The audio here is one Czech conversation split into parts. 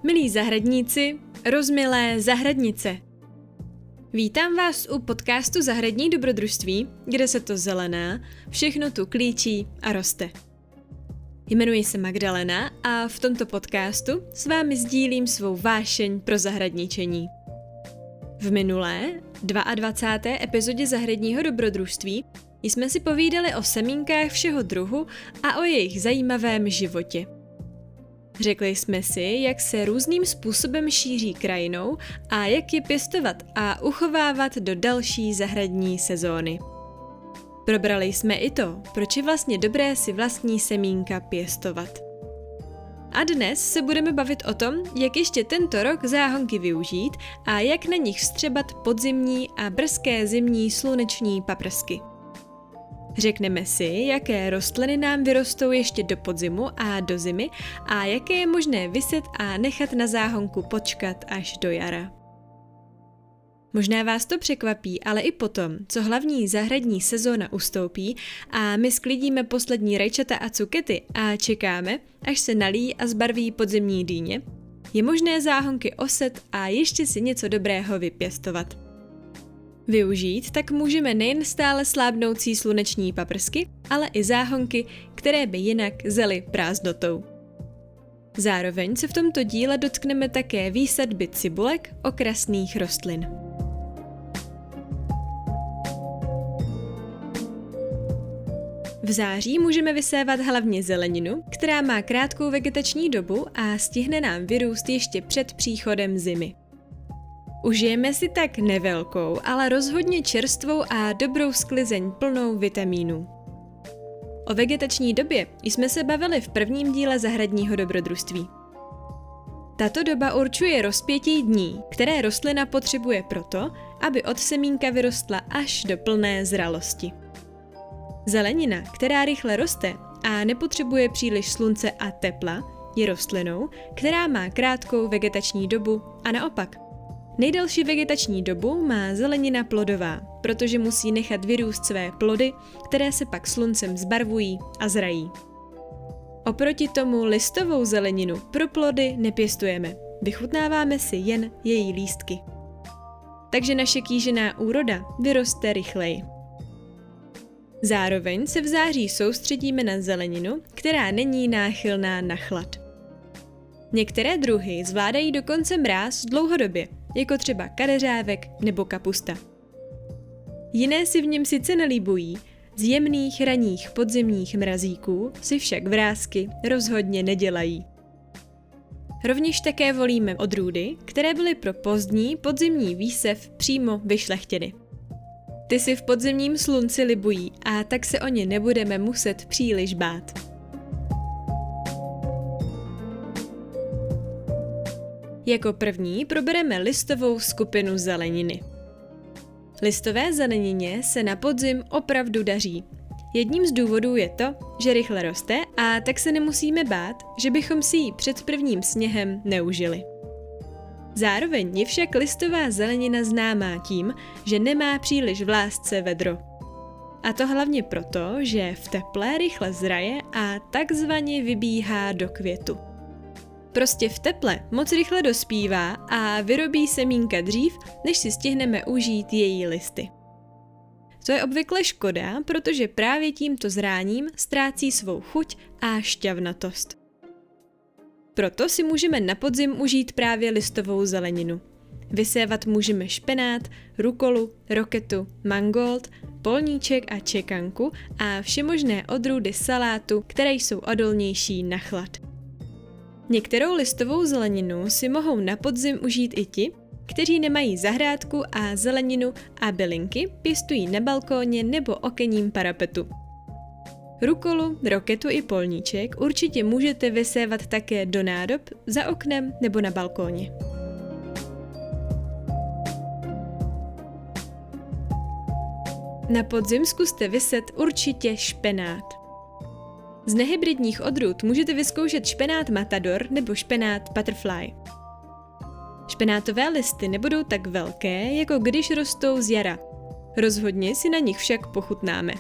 Milí zahradníci, rozmilé zahradnice. Vítám vás u podcastu Zahradní dobrodružství, kde se to zelená, všechno tu klíčí a roste. Jmenuji se Magdalena a v tomto podcastu s vámi sdílím svou vášeň pro zahradničení. V minulé, 22. epizodě Zahradního dobrodružství jsme si povídali o semínkách všeho druhu a o jejich zajímavém životě. Řekli jsme si, jak se různým způsobem šíří krajinou a jak je pěstovat a uchovávat do další zahradní sezóny. Probrali jsme i to, proč je vlastně dobré si vlastní semínka pěstovat. A dnes se budeme bavit o tom, jak ještě tento rok záhonky využít a jak na nich vstřebat podzimní a brzké zimní sluneční paprsky. Řekneme si, jaké rostliny nám vyrostou ještě do podzimu a do zimy a jaké je možné vyset a nechat na záhonku počkat až do jara. Možná vás to překvapí, ale i potom, co hlavní zahradní sezóna ustoupí a my sklidíme poslední rajčata a cukety a čekáme, až se nalíjí a zbarví podzimní dýně, je možné záhonky oset a ještě si něco dobrého vypěstovat. Využít tak můžeme nejen stále slábnoucí sluneční paprsky, ale i záhonky, které by jinak zely prázdnotou. Zároveň se v tomto díle dotkneme také výsadby cibulek okrasných rostlin. V září můžeme vysévat hlavně zeleninu, která má krátkou vegetační dobu a stihne nám vyrůst ještě před příchodem zimy. Užijeme si tak nevelkou, ale rozhodně čerstvou a dobrou sklizeň plnou vitamínů. O vegetační době jsme se bavili v prvním díle Zahradního dobrodružství. Tato doba určuje rozpětí dní, které rostlina potřebuje proto, aby od semínka vyrostla až do plné zralosti. Zelenina, která rychle roste a nepotřebuje příliš slunce a tepla, je rostlinou, která má krátkou vegetační dobu a naopak. Nejdelší vegetační dobu má zelenina plodová, protože musí nechat vyrůst své plody, které se pak sluncem zbarvují a zrají. Oproti tomu listovou zeleninu pro plody nepěstujeme, vychutnáváme si jen její lístky. Takže naše kýžená úroda vyroste rychleji. Zároveň se v září soustředíme na zeleninu, která není náchylná na chlad. Některé druhy zvládají dokonce mráz dlouhodobě, jako třeba kadeřávek nebo kapusta. Jiné si v něm sice nelíbují, z jemných ranních podzimních mrazíků si však vrásky rozhodně nedělají. Rovněž také volíme odrůdy, které byly pro pozdní podzimní výsev přímo vyšlechtěny. Ty si v podzimním slunci libují a tak se o ně nebudeme muset příliš bát. Jako první probereme listovou skupinu zeleniny. Listové zelenině se na podzim opravdu daří. Jedním z důvodů je to, že rychle roste a tak se nemusíme bát, že bychom si ji před prvním sněhem neužili. Zároveň je však listová zelenina známá tím, že nemá příliš v lásce vedro. A to hlavně proto, že v teple rychle zraje a takzvaně vybíhá do květu. Prostě v teple moc rychle dospívá a vyrobí semínka dřív, než si stihneme užít její listy. To je obvykle škoda, protože právě tímto zráním ztrácí svou chuť a šťavnatost. Proto si můžeme na podzim užít právě listovou zeleninu. Vysévat můžeme špenát, rukolu, roketu, mangold, polníček a čekanku a všemožné odrůdy salátu, které jsou odolnější na chlad. Některou listovou zeleninu si mohou na podzim užít i ti, kteří nemají zahrádku a zeleninu a bylinky pěstují na balkóně nebo okenním parapetu. Rukolu, roketu i polníček určitě můžete vysévat také do nádob, za oknem nebo na balkóně. Na podzim zkuste vyset určitě špenát. Z nehybridních odrůd můžete vyzkoušet špenát Matador nebo špenát Butterfly. Špenátové listy nebudou tak velké, jako když rostou z jara. Rozhodně si na nich však pochutnáme.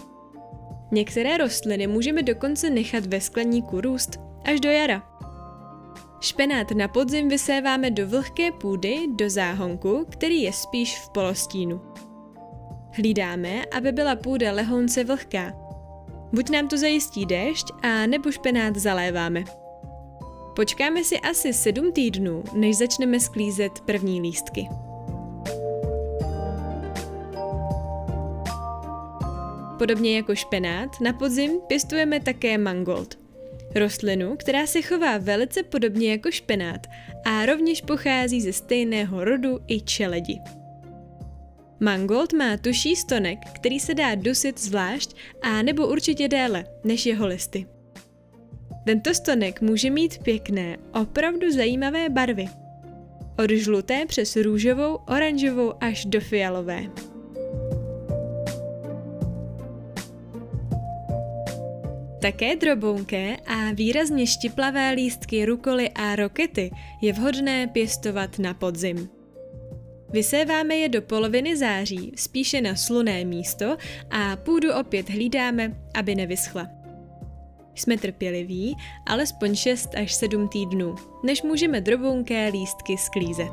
Některé rostliny můžeme dokonce nechat ve skleníku růst až do jara. Špenát na podzim vyséváme do vlhké půdy, do záhonku, který je spíš v polostínu. Hlídáme, aby byla půda lehonce vlhká. Buď nám to zajistí déšť, a nebo špenát zaléváme. Počkáme si asi 7 týdnů, než začneme sklízet první lístky. Podobně jako špenát, na podzim pěstujeme také mangold. Rostlinu, která se chová velice podobně jako špenát a rovněž pochází ze stejného rodu i čeledi. Mangold má tuší stonek, který se dá dusit zvlášť a nebo určitě déle než jeho listy. Tento stonek může mít pěkné, opravdu zajímavé barvy. Od žluté přes růžovou, oranžovou až do fialové. Také drobounké a výrazně štiplavé lístky rukoly a rokety je vhodné pěstovat na podzim. Vyséváme je do poloviny září, spíše na slunné místo a půdu opět hlídáme, aby nevyschla. Jsme trpěliví, alespoň 6 až 7 týdnů, než můžeme drobounké lístky sklízet.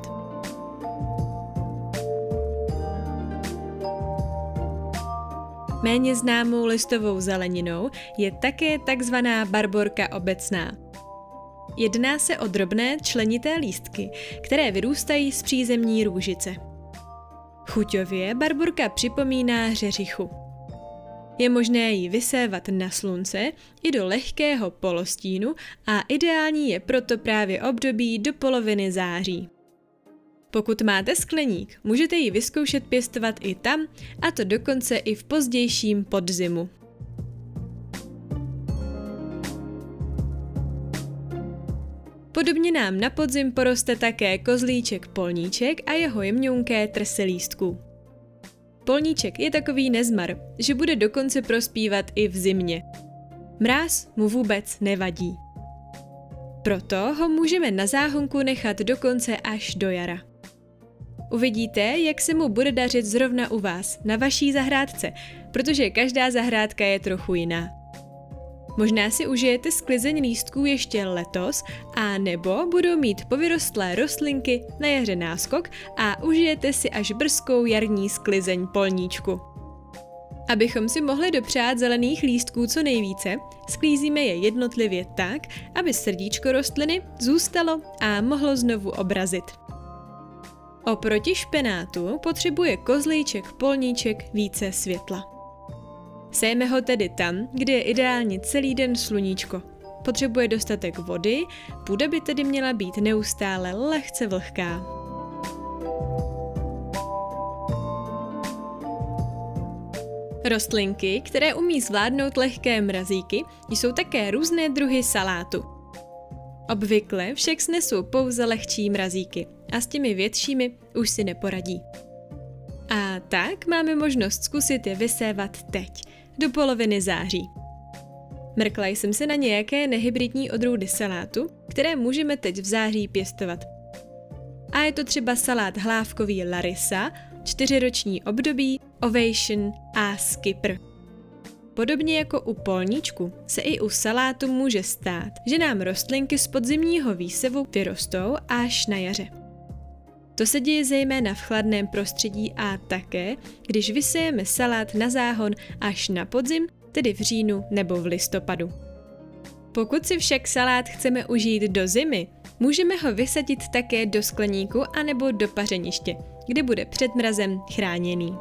Méně známou listovou zeleninou je také takzvaná barborka obecná. Jedná se o drobné členité lístky, které vyrůstají z přízemní růžice. Chuťově barborka připomíná řeřichu. Je možné ji vysévat na slunce i do lehkého polostínu a ideální je proto právě období do poloviny září. Pokud máte skleník, můžete ji vyzkoušet pěstovat i tam, a to dokonce i v pozdějším podzimu. Podobně nám na podzim poroste také kozlíček polníček a jeho jemňounké trsy lístků. Polníček je takový nezmar, že bude dokonce prospívat i v zimě. Mráz mu vůbec nevadí. Proto ho můžeme na záhonku nechat dokonce až do jara. Uvidíte, jak se mu bude dařit zrovna u vás, na vaší zahrádce, protože každá zahrádka je trochu jiná. Možná si užijete sklizeň lístků ještě letos, a nebo budou mít povyrostlé rostlinky na jaře náskok a užijete si až brzkou jarní sklizeň polníčku. Abychom si mohli dopřát zelených lístků co nejvíce, sklízíme je jednotlivě tak, aby srdíčko rostliny zůstalo a mohlo znovu obrazit. Oproti špenátu potřebuje kozlíček polníček více světla. Sejme ho tedy tam, kde je ideálně celý den sluníčko. Potřebuje dostatek vody, půda by tedy měla být neustále lehce vlhká. Rostlinky, které umí zvládnout lehké mrazíky, jsou také různé druhy salátu. Obvykle však snesou pouze lehčí mrazíky a s těmi většími už si neporadí. A tak máme možnost zkusit je vysévat teď, do poloviny září. Mrkla jsem se na nějaké nehybridní odrůdy salátu, které můžeme teď v září pěstovat. A je to třeba salát hlávkový Larissa, 4roční období, Ovation a Skipper. Podobně jako u polníčku se i u salátu může stát, že nám rostlinky z podzimního výsevu vyrostou až na jaře. To se děje zejména v chladném prostředí a také, když vysejeme salát na záhon až na podzim, tedy v říjnu nebo v listopadu. Pokud si však salát chceme užít do zimy, můžeme ho vysadit také do skleníku anebo do pařeniště, kde bude před mrazem chráněný.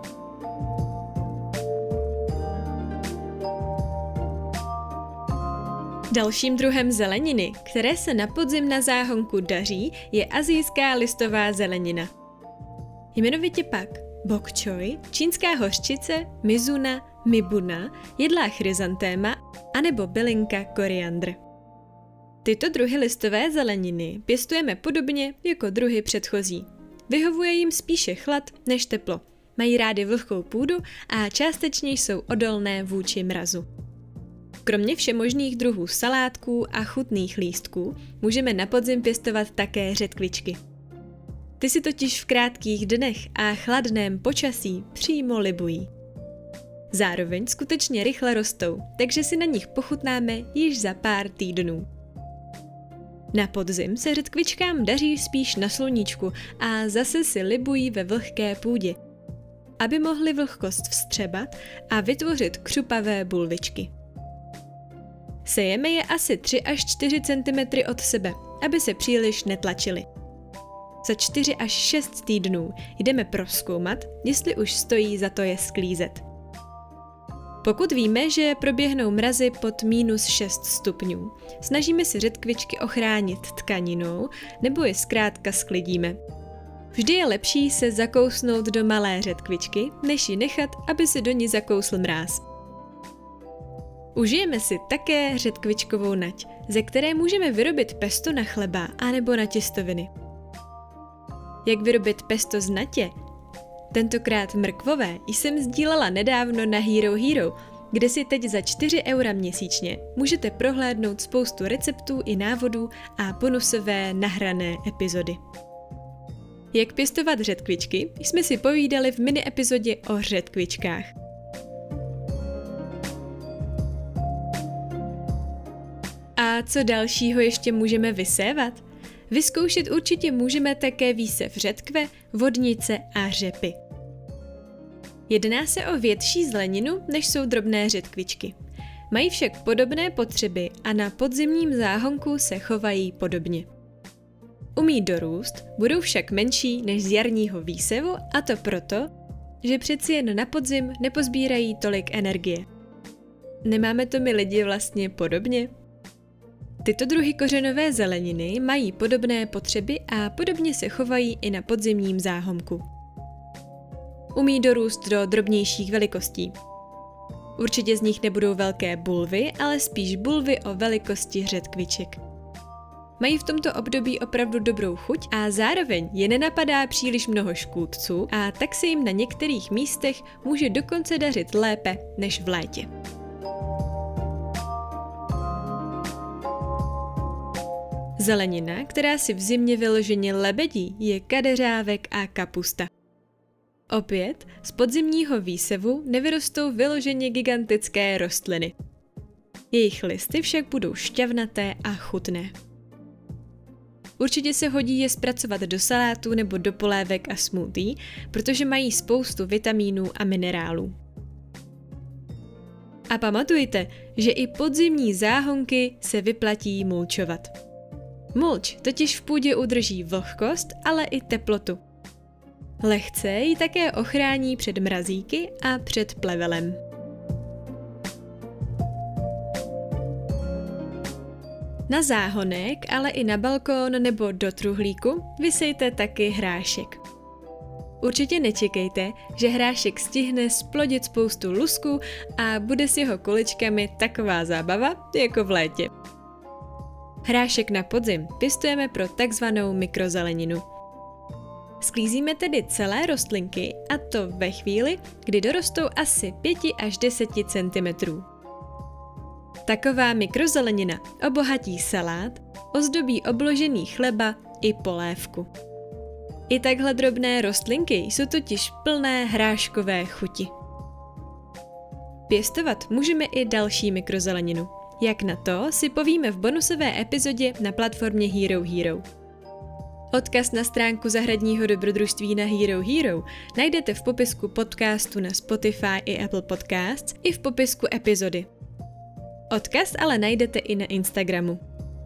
Dalším druhem zeleniny, které se na podzim na záhonku daří, je asijská listová zelenina. Jmenovitě pak bok choy, čínská hořčice, mizuna, mibuna, jedlá chryzantéma anebo bylinka koriandr. Tyto druhy listové zeleniny pěstujeme podobně jako druhy předchozí. Vyhovuje jim spíše chlad než teplo. Mají rády vlhkou půdu a částečně jsou odolné vůči mrazu. Kromě všemožných druhů salátků a chutných lístků můžeme na podzim pěstovat také řetkvičky. Ty si totiž v krátkých dnech a chladném počasí přímo libují. Zároveň skutečně rychle rostou, takže si na nich pochutnáme již za pár týdnů. Na podzim se řetkvičkám daří spíš na sluníčku a zase si libují ve vlhké půdě, aby mohly vlhkost vstřebat a vytvořit křupavé bulvičky. Sejeme je asi 3 až 4 cm od sebe, aby se příliš netlačily. Za 4 až 6 týdnů jdeme prozkoumat, jestli už stojí za to je sklízet. Pokud víme, že proběhnou mrazy pod -6 stupňů, snažíme si řetkvičky ochránit tkaninou nebo je zkrátka sklidíme. Vždy je lepší se zakousnout do malé řetkvičky, než ji nechat, aby se do ní zakousl mráz. Užijeme si také řetkvičkovou nať, ze které můžeme vyrobit pesto na chleba anebo na těstoviny. Jak vyrobit pesto z natě? Tentokrát mrkvové jsem sdílela nedávno na Hero Hero, kde si teď za 4 € měsíčně můžete prohlédnout spoustu receptů i návodů a bonusové nahrané epizody. Jak pěstovat řetkvičky jsme si povídali v mini epizodě o řetkvičkách. A co dalšího ještě můžeme vysévat? Vyzkoušet určitě můžeme také výsev řetkve, vodnice a řepy. Jedná se o větší zeleninu, než jsou drobné řetkvičky. Mají však podobné potřeby a na podzimním záhonku se chovají podobně. Umí dorůst, budou však menší než z jarního výsevu, a to proto, že přeci jen na podzim nepozbírají tolik energie. Nemáme to my lidi vlastně podobně? Tyto druhy kořenové zeleniny mají podobné potřeby a podobně se chovají i na podzimním záhonku. Umí dorůst do drobnějších velikostí. Určitě z nich nebudou velké bulvy, ale spíš bulvy o velikosti řetkviček. Mají v tomto období opravdu dobrou chuť a zároveň je nenapadá příliš mnoho škůdců a tak se jim na některých místech může dokonce dařit lépe než v létě. Zelenina, která si v zimě vyloženě lebedí, je kadeřávek a kapusta. Opět z podzimního výsevu nevyrostou vyloženě gigantické rostliny. Jejich listy však budou šťavnaté a chutné. Určitě se hodí je zpracovat do salátu nebo do polévek a smoothie, protože mají spoustu vitamínů a minerálů. A pamatujte, že i podzimní záhonky se vyplatí mulčovat. Mulč totiž v půdě udrží vlhkost, ale i teplotu. Lehce ji také ochrání před mrazíky a před plevelem. Na záhonek, ale i na balkón nebo do truhlíku vysejte taky hrášek. Určitě nečekejte, že hrášek stihne splodit spoustu lusků a bude s jeho kuličkami taková zábava jako v létě. Hrášek na podzim pěstujeme pro takzvanou mikrozeleninu. Sklízíme tedy celé rostlinky, a to ve chvíli, kdy dorostou asi 5 až 10 cm. Taková mikrozelenina obohatí salát, ozdobí obložený chleba i polévku. I takhle drobné rostlinky jsou totiž plné hráškové chuti. Pěstovat můžeme i další mikrozeleninu. Jak na to si povíme v bonusové epizodě na platformě Hero Hero. Odkaz na stránku Zahradního dobrodružství na Hero Hero najdete v popisku podcastu na Spotify i Apple Podcasts i v popisku epizody. Odkaz ale najdete i na Instagramu.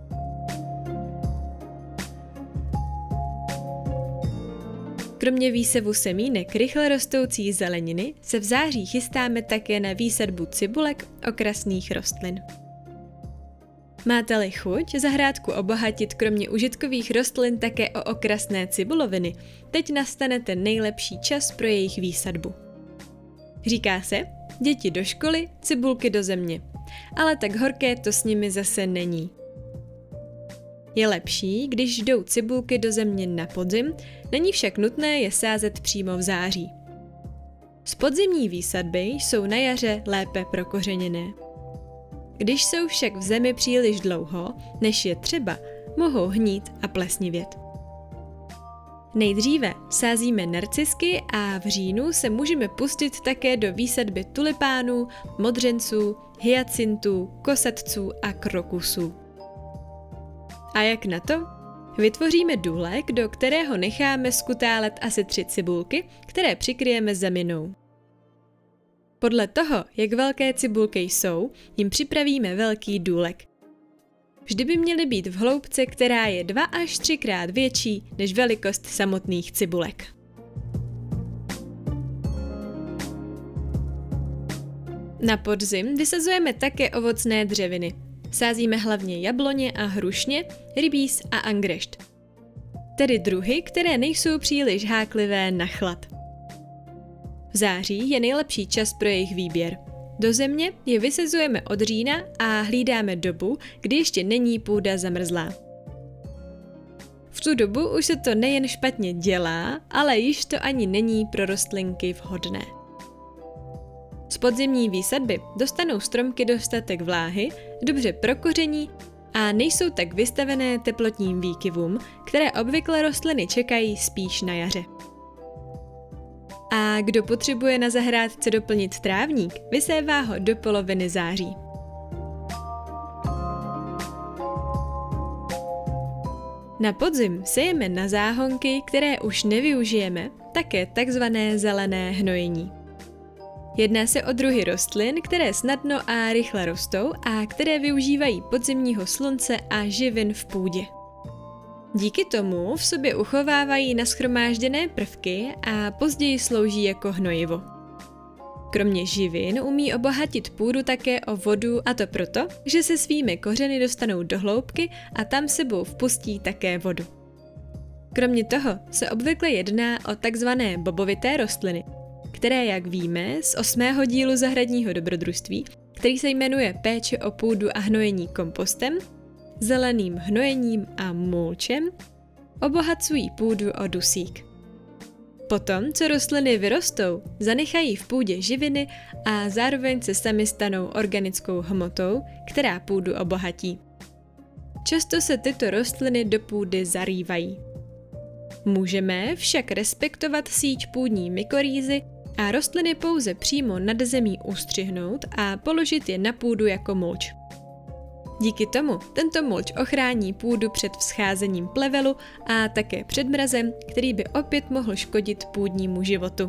Kromě výsevu semínek rychle rostoucí zeleniny se v září chystáme také na výsadbu cibulek okrasných rostlin. Máte-li chuť zahrádku obohatit kromě užitkových rostlin také o okrasné cibuloviny, teď nastane ten nejlepší čas pro jejich výsadbu. Říká se, děti do školy, cibulky do země, ale tak horké to s nimi zase není. Je lepší, když jdou cibulky do země na podzim, není však nutné je sázet přímo v září. Z podzimní výsadby jsou na jaře lépe prokořeněné. Když jsou však v zemi příliš dlouho, než je třeba, mohou hnít a plesnivět. Nejdříve sázíme narcisky a v říjnu se můžeme pustit také do výsadby tulipánů, modřenců, hyacintů, kosatců a krokusů. A jak na to? Vytvoříme důlek, do kterého necháme skutálet asi 3 cibulky, které přikryjeme zeminou. Podle toho, jak velké cibulky jsou, jim připravíme velký důlek. Vždy by měly být v hloubce, která je 2 až 3 krát větší než velikost samotných cibulek. Na podzim vysazujeme také ovocné dřeviny. Sázíme hlavně jabloně a hrušně, rybíz a angrešt. Tedy druhy, které nejsou příliš háklivé na chlad. V září je nejlepší čas pro jejich výběr. Do země je vysazujeme od října a hlídáme dobu, kdy ještě není půda zamrzlá. V tu dobu už se to nejen špatně dělá, ale již to ani není pro rostlinky vhodné. Z podzimní výsadby dostanou stromky dostatek vláhy, dobře prokoření a nejsou tak vystavené teplotním výkyvům, které obvykle rostliny čekají spíš na jaře. A kdo potřebuje na zahrádce doplnit trávník, vysévá ho do poloviny září. Na podzim sejeme na záhonky, které už nevyužijeme, také takzvané zelené hnojení. Jedná se o druhy rostlin, které snadno a rychle rostou a které využívají podzimního slunce a živin v půdě. Díky tomu v sobě uchovávají nashromážděné prvky a později slouží jako hnojivo. Kromě živin umí obohatit půdu také o vodu, a to proto, že se svými kořeny dostanou do hloubky a tam sebou vpustí také vodu. Kromě toho se obvykle jedná o takzvané bobovité rostliny, které, jak víme, z 8. dílu Zahradního dobrodružství, který se jmenuje Péče o půdu a hnojení kompostem, zeleným hnojením a mulčem, obohacují půdu o dusík. Potom, co rostliny vyrostou, zanechají v půdě živiny a zároveň se sami stanou organickou hmotou, která půdu obohatí. Často se tyto rostliny do půdy zarývají. Můžeme však respektovat síť půdní mykorýzy a rostliny pouze přímo nad zemí ustřihnout a položit je na půdu jako mulč. Díky tomu tento mulč ochrání půdu před vzcházením plevelu a také před mrazem, který by opět mohl škodit půdnímu životu.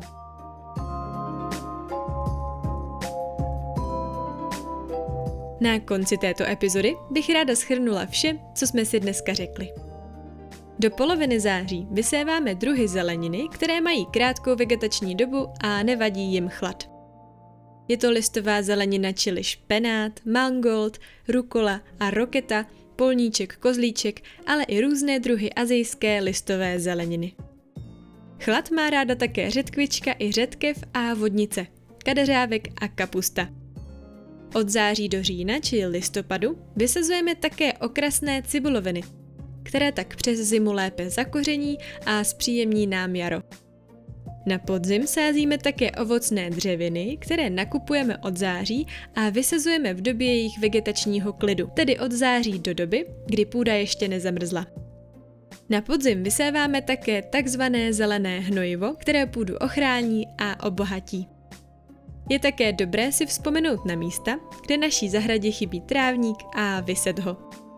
Na konci této epizody bych ráda shrnula vše, co jsme si dneska řekli. Do poloviny září vyséváme druhy zeleniny, které mají krátkou vegetační dobu a nevadí jim chlad. Je to listová zelenina čili špenát, mangold, rukola a roketa, polníček, kozlíček, ale i různé druhy asijské listové zeleniny. Chlad má ráda také řetkvička i řetkev a vodnice, kadeřávek a kapusta. Od září do října, či listopadu, vysazujeme také okrasné cibuloviny, které tak přes zimu lépe zakoření a zpříjemní nám jaro. Na podzim sázíme také ovocné dřeviny, které nakupujeme od září a vysazujeme v době jejich vegetačního klidu, tedy od září do doby, kdy půda ještě nezamrzla. Na podzim vyséváme také takzvané zelené hnojivo, které půdu ochrání a obohatí. Je také dobré si vzpomenout na místa, kde naší zahradě chybí trávník a vyset ho.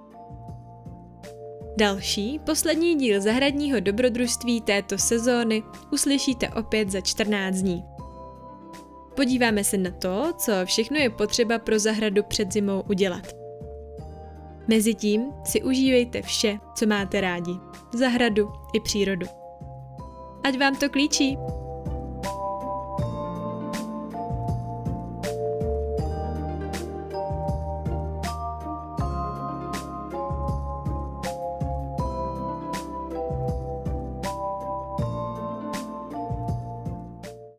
Další, poslední díl Zahradního dobrodružství této sezóny uslyšíte opět za 14 dní. Podíváme se na to, co všechno je potřeba pro zahradu před zimou udělat. Mezitím si užívejte vše, co máte rádi. Zahradu i přírodu. Ať vám to klíčí!